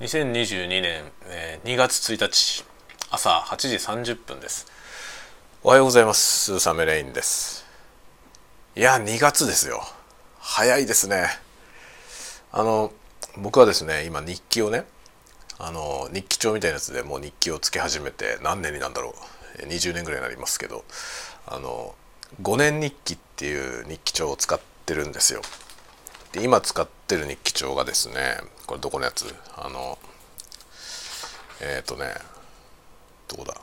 2022年2月1日朝8時30分です。おはようございます。スーサメレインです。いや2月ですよ。早いですね。僕はですね今日記をね日記帳みたいなやつでもう日記をつけ始めて何年になんだろう20年ぐらいになりますけど5年日記っていう日記帳を使ってるんですよ。で今使ってる日記帳がですねこれどこのやつどこだ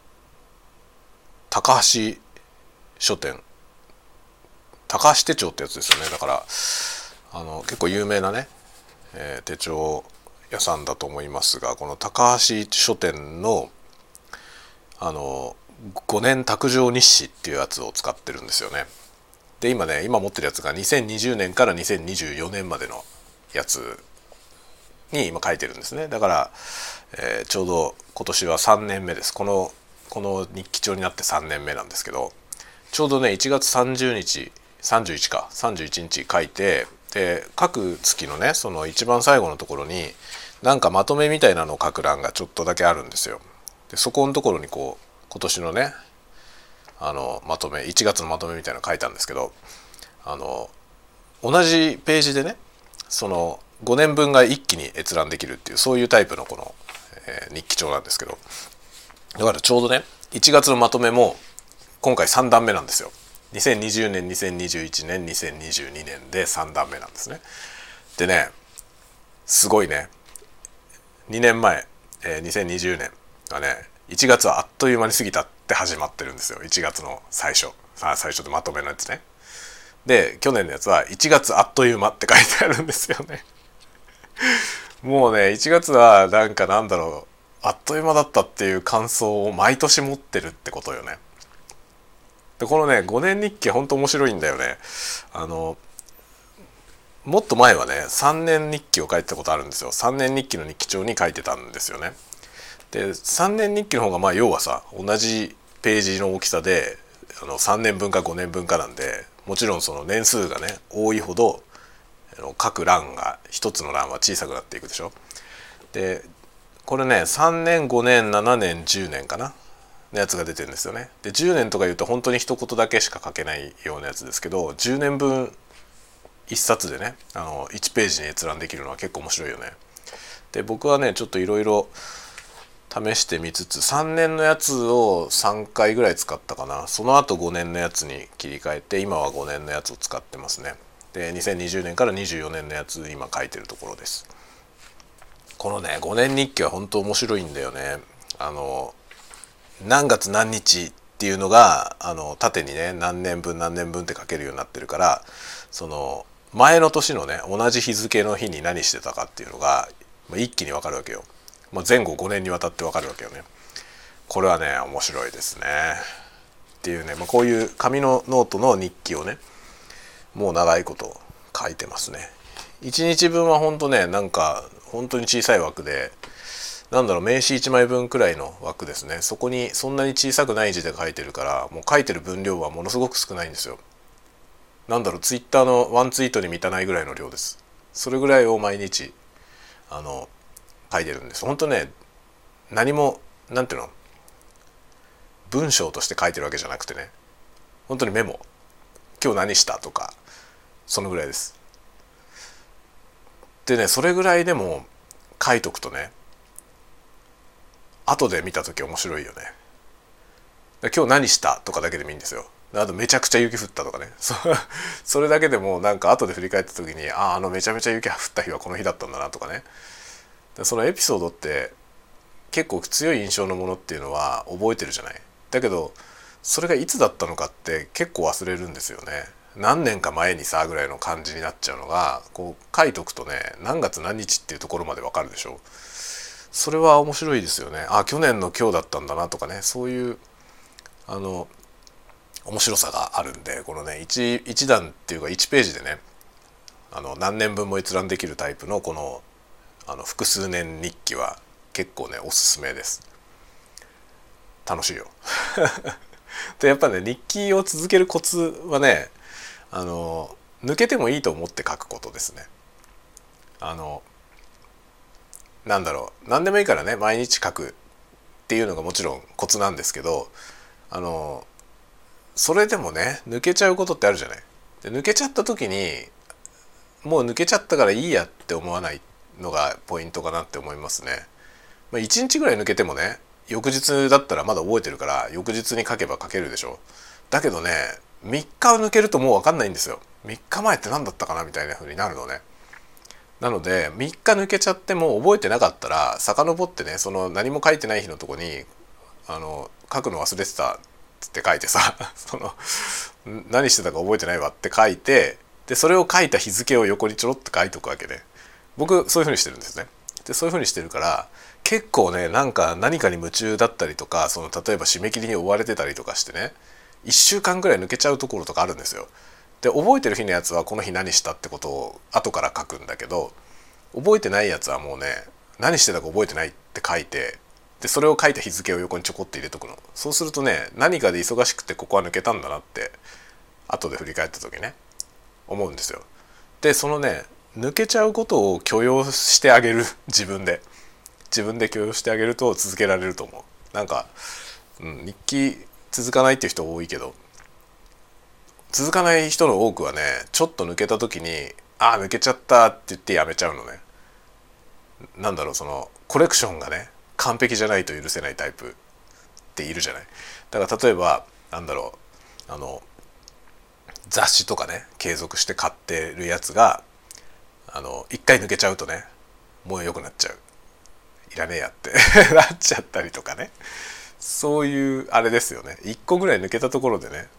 高橋書店高橋手帳ってやつですよね。だから結構有名なね、手帳屋さんだと思いますが、この高橋書店の5年卓上日誌っていうやつを使ってるんですよね。で今持ってるやつが2020年から2024年までのやつに今書いてるんですね。だから、ちょうど今年は3年目です。この日記帳になって3年目なんですけど、ちょうどね1月30日31日書いて、で各月のねその一番最後のところになんかまとめみたいなのを書く欄がちょっとだけあるんですよ。でそこのところにこう今年のねまとめ1月のまとめみたいなの書いたんですけど、同じページでねその5年分が一気に閲覧できるっていうそういうタイプのこの、日記帳なんですけど、だからちょうどね1月のまとめも今回3段目なんですよ。2020年2021年2022年で3段目なんですね。でねすごいね2年前、2020年はね1月はあっという間に過ぎたって始まってるんですよ。1月の最初でまとめのやつね。で去年のやつは1月あっという間って書いてあるんですよね。もうね1月はなんだろうあっという間だったっていう感想を毎年持ってるってことよね。でこのね5年日記ほんと面白いんだよね。もっと前はね3年日記を書いてたことあるんですよ。3年日記の日記帳に書いてたんですよね。で3年日記の方がまあ要はさ同じページの大きさで3年分か5年分かなんで、もちろんその年数がね多いほど各欄が一つの欄は小さくなっていくでしょ。でこれね3年5年7年10年かなのやつが出てるんですよね。で10年とか言うと本当に一言だけしか書けないようなやつですけど、10年分1冊でね1ページに閲覧できるのは結構面白いよね。で僕はねちょっといろいろ試してみつつ3年のやつを3回ぐらい使ったかな。その後5年のやつに切り替えて今は5年のやつを使ってますね。で2020年から24年のやつ今書いてるところです。このね5年日記は本当面白いんだよね。何月何日っていうのが縦にね何年分って書けるようになってるから、その前の年のね同じ日付の日に何してたかっていうのが一気に分かるわけよ。前後5年にわたって分かるわけよね。これはね面白いですねっていうね、こういう紙のノートの日記をねもう長いこと書いてますね。1日分はほんとね本当に小さい枠で名刺1枚分くらいの枠ですね。そこにそんなに小さくない字で書いてるからもう書いてる分量はものすごく少ないんですよ。ツイッターのワンツイートに満たないぐらいの量です。それぐらいを毎日書いてるんです。本当ね何も文章として書いてるわけじゃなくてね、本当にメモ、今日何したとかそのぐらいです。でねそれぐらいでも書いとくとね後で見た時面白いよね。今日何したとかだけでもいいんですよ。あとめちゃくちゃ雪降ったとかねそれだけでも後で振り返った時にめちゃめちゃ雪降った日はこの日だったんだなとかね。そのエピソードって結構強い印象のものっていうのは覚えてるじゃない。だけどそれがいつだったのかって結構忘れるんですよね。何年か前にさぐらいの感じになっちゃうのがこう書いとくとね何月何日っていうところまでわかるでしょ。それは面白いですよね。去年の今日だったんだなとかね、そういう面白さがあるんで、このね一段っていうか1ページでね何年分も閲覧できるタイプのこの複数年日記は結構ねおすすめです。楽しいよでやっぱね日記を続けるコツはね抜けてもいいと思って書くことですね。 なんだろう、何でもいいからね毎日書くっていうのがもちろんコツなんですけど、それでもね抜けちゃうことってあるじゃない。で抜けちゃった時にもう抜けちゃったからいいやって思わないのがポイントかなって思いますね。1日ぐらい抜けてもね、翌日だったらまだ覚えてるから翌日に書けば書けるでしょ。だけどね、3日抜けるともう分かんないんですよ。3日前って何だったかなみたいな風になるのね。なので3日抜けちゃっても覚えてなかったら遡ってね、その何も書いてない日のとこに書くの忘れてたって書いてさその何してたか覚えてないわって書いて、でそれを書いた日付を横にちょろっと書いとくわけね。僕そういう風にしてるんですね。でそういう風にしてるから結構ね、なんか何かに夢中だったりとか、その例えば締め切りに追われてたりとかしてね、1週間ぐらい抜けちゃうところとかあるんですよ。で覚えてる日のやつはこの日何したってことを後から書くんだけど、覚えてないやつはもうね、何してたか覚えてないって書いて、でそれを書いた日付を横にちょこって入れとくの。そうするとね、何かで忙しくてここは抜けたんだなって後で振り返った時ね思うんですよ。でそのね、抜けちゃうことを許容してあげる自分で許容してあげると続けられると思う。なんか、日記続かないっていう人多いけど、続かない人の多くはね、ちょっと抜けた時にああ抜けちゃったって言ってやめちゃうのね。なんだろう、そのコレクションがね完璧じゃないと許せないタイプっているじゃない。だから例えばなんだろう、雑誌とかね継続して買ってるやつが一回抜けちゃうとね、もう良くなっちゃう、いらねえやってなっちゃったりとかね。そういうあれですよね。一個ぐらい抜けたところでね、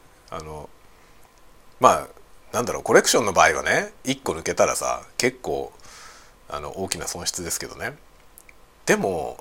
まあなんだろう、コレクションの場合はね一個抜けたらさ結構大きな損失ですけどね。でも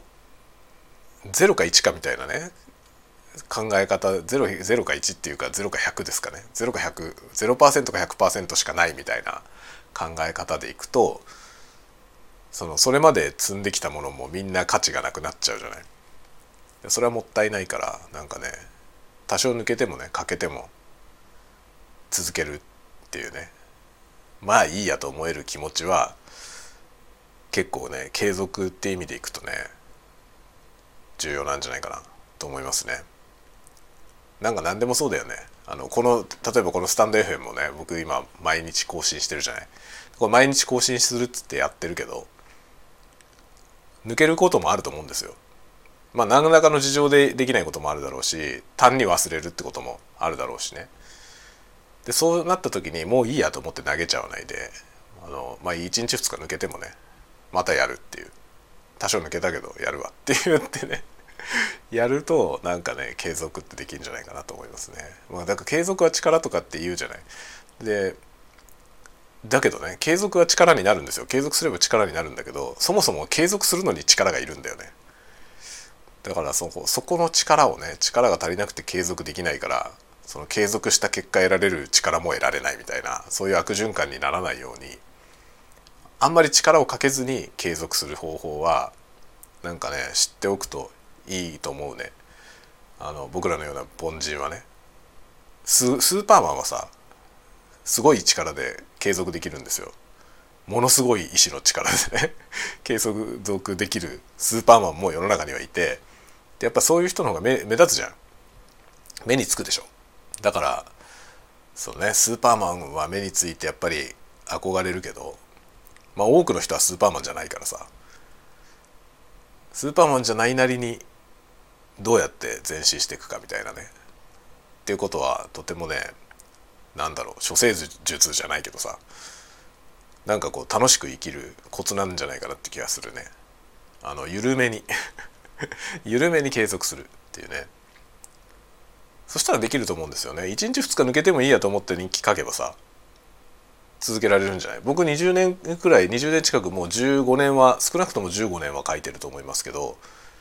0か1かみたいなね考え方、0か1っていうか0か100ですかね。0か100、0%か 100% しかないみたいな考え方でいくと、それまで積んできたものもみんな価値がなくなっちゃうじゃない。それはもったいないから、なんかね、多少抜けてもね欠けても続けるっていうね、まあいいやと思える気持ちは結構ね、継続って意味でいくとね重要なんじゃないかなと思いますね。なんか何でもそうだよね。例えばこのスタンド FM もね、僕今毎日更新してるじゃない。これ毎日更新するっつってやってるけど、抜けることもあると思うんですよ。まあ何らかの事情でできないこともあるだろうし、単に忘れるってこともあるだろうしね。でそうなった時にもういいやと思って投げちゃわないで、1日2日抜けてもねまたやるっていう、多少抜けたけどやるわって言ってねやるとなんかね継続ってできるんじゃないかなと思いますね。だから継続は力とかって言うじゃない。でだけどね、継続は力になるんですよ。継続すれば力になるんだけど、そもそも継続するのに力がいるんだよね。だからそこの力をね、力が足りなくて継続できないから、その継続した結果得られる力も得られないみたいな、そういう悪循環にならないように、あんまり力をかけずに継続する方法はなんかね知っておくといいと思うね。僕らのような凡人はね、スーパーマンはさすごい力で継続できるんですよ。ものすごい意志の力でね継続できるスーパーマンも世の中にはいて、でやっぱそういう人の方が目立つじゃん。目につくでしょ。だからそうね、スーパーマンは目についてやっぱり憧れるけど、まあ多くの人はスーパーマンじゃないからさ、スーパーマンじゃないなりにどうやって前進していくかみたいなねっていうことはとてもね、なんだろう、処世術じゃないけどさ、なんかこう楽しく生きるコツなんじゃないかなって気がするね。緩めに緩めに継続するっていうね。そしたらできると思うんですよね。1日2日抜けてもいいやと思って日記書けばさ続けられるんじゃない。僕20年くらい、20年近く、もう15年は、少なくとも15年は書いてると思いますけど、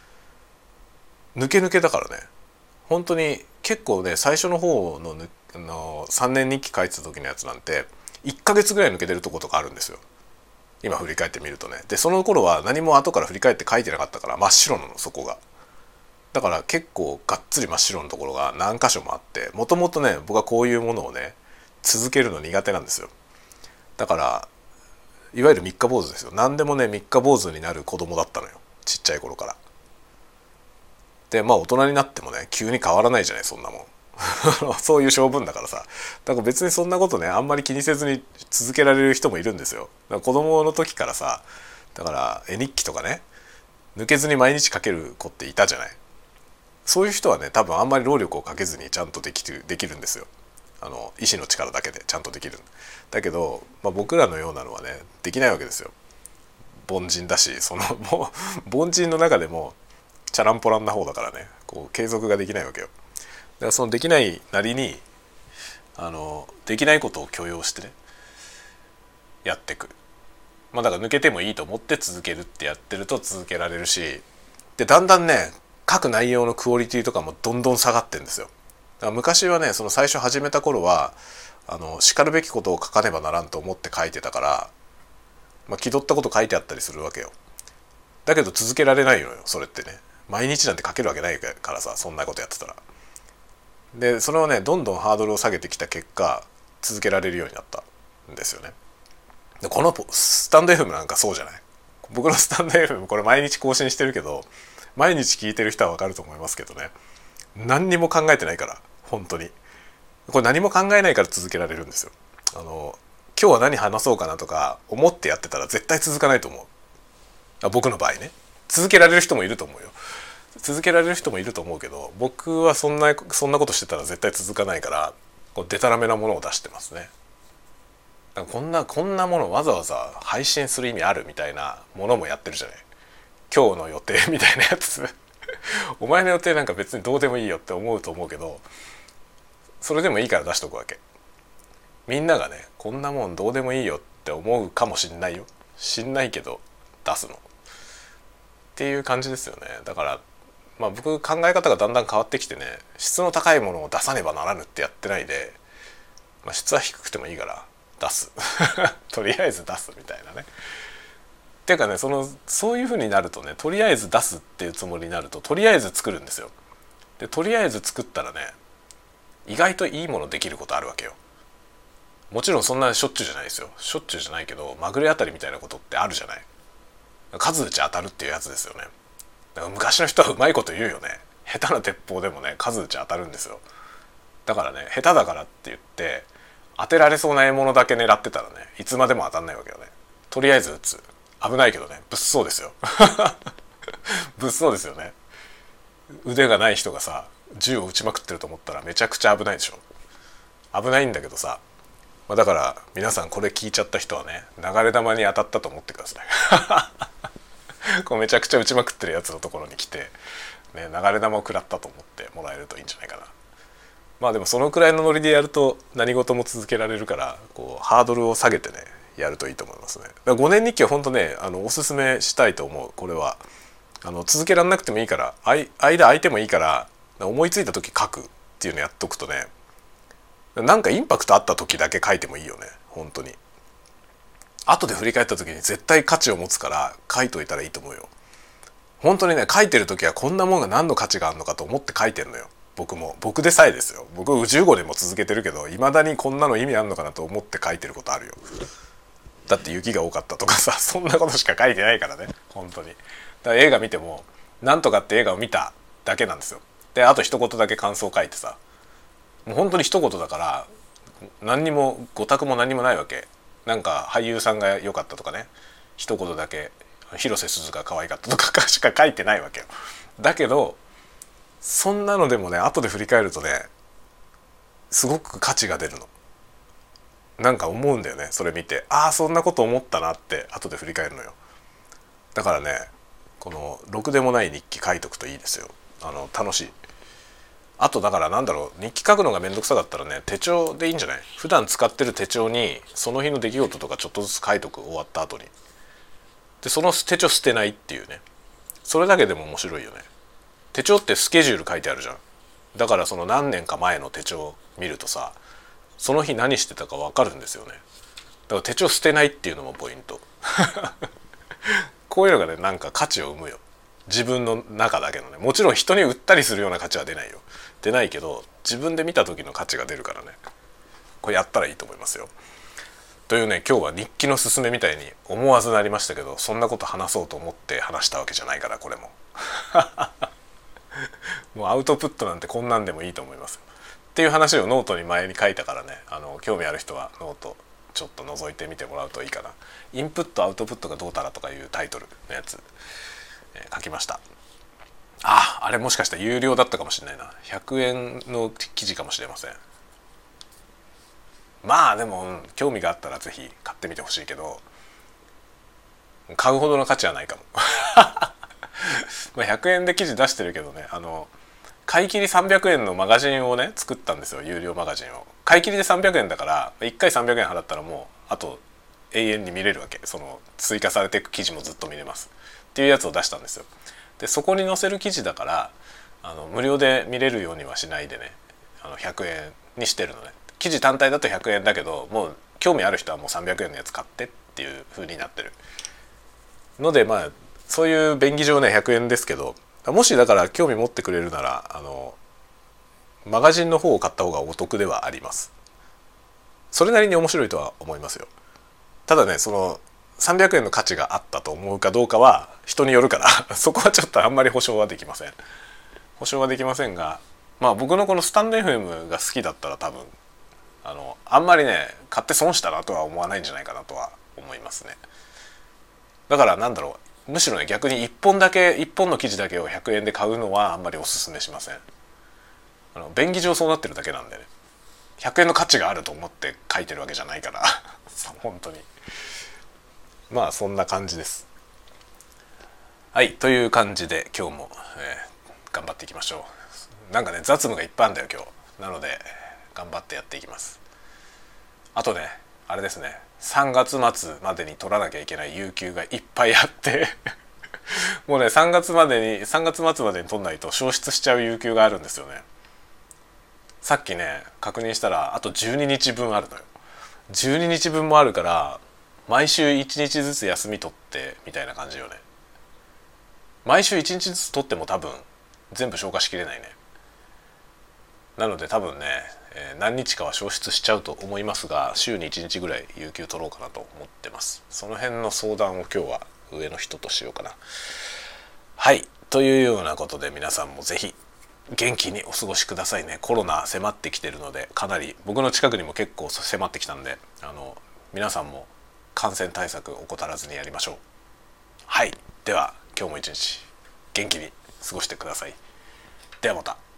抜けだからね。本当に結構ね、最初の方の3年日記書いてた時のやつなんて1ヶ月ぐらい抜けてるとことかあるんですよ、今振り返ってみるとね。でその頃は何も後から振り返って書いてなかったから真っ白なの、そこが。だから結構がっつり真っ白のところが何箇所もあって、もともとね僕はこういうものをね続けるの苦手なんですよ。だからいわゆる三日坊主ですよ。何でもね三日坊主になる子供だったのよ、ちっちゃい頃から。でまあ大人になってもね急に変わらないじゃないそんなもんそういう性分だからさ。だから別にそんなことねあんまり気にせずに続けられる人もいるんですよ。だから子供の時からさ、だから絵日記とかね抜けずに毎日書ける子っていたじゃない。そういう人はね多分あんまり労力をかけずにちゃんとできるんですよ。意志の力だけでちゃんとできる。だけど、僕らのようなのはねできないわけですよ。凡人だし、もう凡人の中でもチャランポランな方だからね、こう継続ができないわけよ。だからそのできないなりにできないことを許容してねやっていく。だから抜けてもいいと思って続けるってやってると続けられるし、でだんだんね書く内容のクオリティとかもどんどん下がってんですよ。だから昔はねその最初始めた頃はしかるべきことを書かねばならんと思って書いてたから、気取ったこと書いてあったりするわけよ。だけど続けられないのよそれってね。毎日なんて書けるわけないからさ、そんなことやってたら。でそれをねどんどんハードルを下げてきた結果続けられるようになったんですよね。でこのスタンド FM なんかそうじゃない。僕のスタンド FM これ毎日更新してるけど、毎日聞いてる人はわかると思いますけどね、何にも考えてないから。本当にこれ何も考えないから続けられるんですよ。今日は何話そうかなとか思ってやってたら絶対続かないと思う。僕の場合ね。続けられる人もいると思うよ。続けられる人もいると思うけど、僕はそんなことしてたら絶対続かないから、こうデタラメなものを出してますね。こんなものわざわざ配信する意味あるみたいなものもやってるじゃない。今日の予定みたいなやつお前の予定なんか別にどうでもいいよって思うと思うけど、それでもいいから出しとくわけ。みんながねこんなもんどうでもいいよって思うかもしんないよ。しんないけど出すのっていう感じですよね。だから僕考え方がだんだん変わってきてね、質の高いものを出さねばならぬってやってないで、質は低くてもいいから出すとりあえず出すみたいなね。っていうかねそういう風になるとね、とりあえず出すっていうつもりになるととりあえず作るんですよ。でとりあえず作ったらね意外といいものできることあるわけよ。もちろんそんなしょっちゅうじゃないですよ。しょっちゅうじゃないけどまぐれ当たりみたいなことってあるじゃない。数打ち当たるっていうやつですよね。だから昔の人はうまいこと言うよね。下手な鉄砲でもね数打ち当たるんですよ。だからね下手だからって言って当てられそうな獲物だけ狙ってたらねいつまでも当たんないわけよね。とりあえず撃つ。危ないけどね物騒ですよ物騒ですよね。腕がない人がさ銃を撃ちまくってると思ったらめちゃくちゃ危ないでしょ。危ないんだけどさ、だから皆さんこれ聞いちゃった人はね流れ弾に当たったと思ってくださいこうめちゃくちゃ撃ちまくってるやつのところに来て、ね、流れ弾を食らったと思ってもらえるといいんじゃないかな。でもそのくらいのノリでやると何事も続けられるから、こうハードルを下げてねやるといいと思いますね。だから5年日記は本当ねおすすめしたいと思う。これは続けられなくてもいいから、間空いてもいいから思いついた時書くっていうのやっとくとね、なんかインパクトあった時だけ書いてもいいよね。本当に後で振り返った時に絶対価値を持つから書いといたらいいと思うよ。本当にね書いてる時はこんなもんが何の価値があるのかと思って書いてるのよ。僕でさえですよ。僕15年も続けてるけどいまだにこんなの意味あんのかなと思って書いてることあるよ。だって雪が多かったとかさ、そんなことしか書いてないからね本当に。だから映画見てもなんとかって映画を見ただけなんですよ。であと一言だけ感想書いてさ、もう本当に一言だから何にも語卓も何にもないわけ。なんか俳優さんが良かったとかね、一言だけ広瀬すずが可愛かったとかしか書いてないわけよ。だけどそんなのでもね後で振り返るとねすごく価値が出るの。なんか思うんだよねそれ見て、そんなこと思ったなって後で振り返るのよ。だからねこのろくでもない日記書いとくといいですよ。楽しい。あとだから日記書くのがめんどくさかったらね手帳でいいんじゃない。普段使ってる手帳にその日の出来事とかちょっとずつ書いとく。終わった後にでその手帳捨てないっていうね、それだけでも面白いよね。手帳ってスケジュール書いてあるじゃん。だからその何年か前の手帳見るとさその日何してたか分かるんですよね。だから手帳捨てないっていうのもポイントこういうのがねなんか価値を生むよ。自分の中だけのね。もちろん人に売ったりするような価値は出ないよ。出ないけど自分で見た時の価値が出るからね、これやったらいいと思いますよ。 というね、今日は日記のすすめみたいに思わずなりましたけど、そんなこと話そうと思って話したわけじゃないから、これももうアウトプットなんてこんなんでもいいと思いますっていう話をノートに前に書いたからね、興味ある人はノートちょっと覗いてみてもらうといいかな。インプットアウトプットがどうたらとかいうタイトルのやつ、書きました。あれもしかしたら有料だったかもしれないな。100円の記事かもしれません。まあでも、興味があったらぜひ買ってみてほしいけど、買うほどの価値はないかもまあ100円で記事出してるけどね、買い切り300円のマガジンをね作ったんですよ。有料マガジンを買い切りで300円だから、1回300円払ったらもうあと永遠に見れるわけ。その追加されていく記事もずっと見れますっていうやつを出したんですよ。でそこに載せる記事だから、無料で見れるようにはしないでね、100円にしてるのね。記事単体だと100円だけど、もう興味ある人はもう300円のやつ買ってっていう風になってるので、まあそういう便宜上ね100円ですけど、もしだから興味持ってくれるならマガジンの方を買った方がお得ではあります。それなりに面白いとは思いますよ。ただね、その300円の価値があったと思うかどうかは人によるからそこはちょっとあんまり保証はできません。保証はできませんが、まあ僕のこのスタンド FM が好きだったら多分あんまりね買って損したなとは思わないんじゃないかなとは思いますね。だからなんだろう、むしろね逆に1本の記事だけを100円で買うのはあんまりおすすめしません。便宜上そうなってるだけなんでね、100円の価値があると思って書いてるわけじゃないから本当にまあそんな感じです。はい、という感じで今日も、頑張っていきましょう。なんかね雑務がいっぱいあるんだよ今日。なので頑張ってやっていきます。あとねあれですね、3月末までに取らなきゃいけない有給がいっぱいあってもうね3月末までに取んないと消失しちゃう有給があるんですよね。さっきね確認したらあと12日分あるのよ。12日分もあるから毎週1日ずつ休み取ってみたいな感じよね。毎週1日ずつ取っても多分全部消化しきれないね。なので多分ね、何日かは消失しちゃうと思いますが、週に1日ぐらい有給取ろうかなと思ってます。その辺の相談を今日は上の人としようかな。はい、というようなことで皆さんもぜひ元気にお過ごしくださいね。コロナ迫ってきてるので、かなり僕の近くにも結構迫ってきたんで、皆さんも感染対策を怠らずにやりましょう。はい、では今日も一日元気に過ごしてください。ではまた。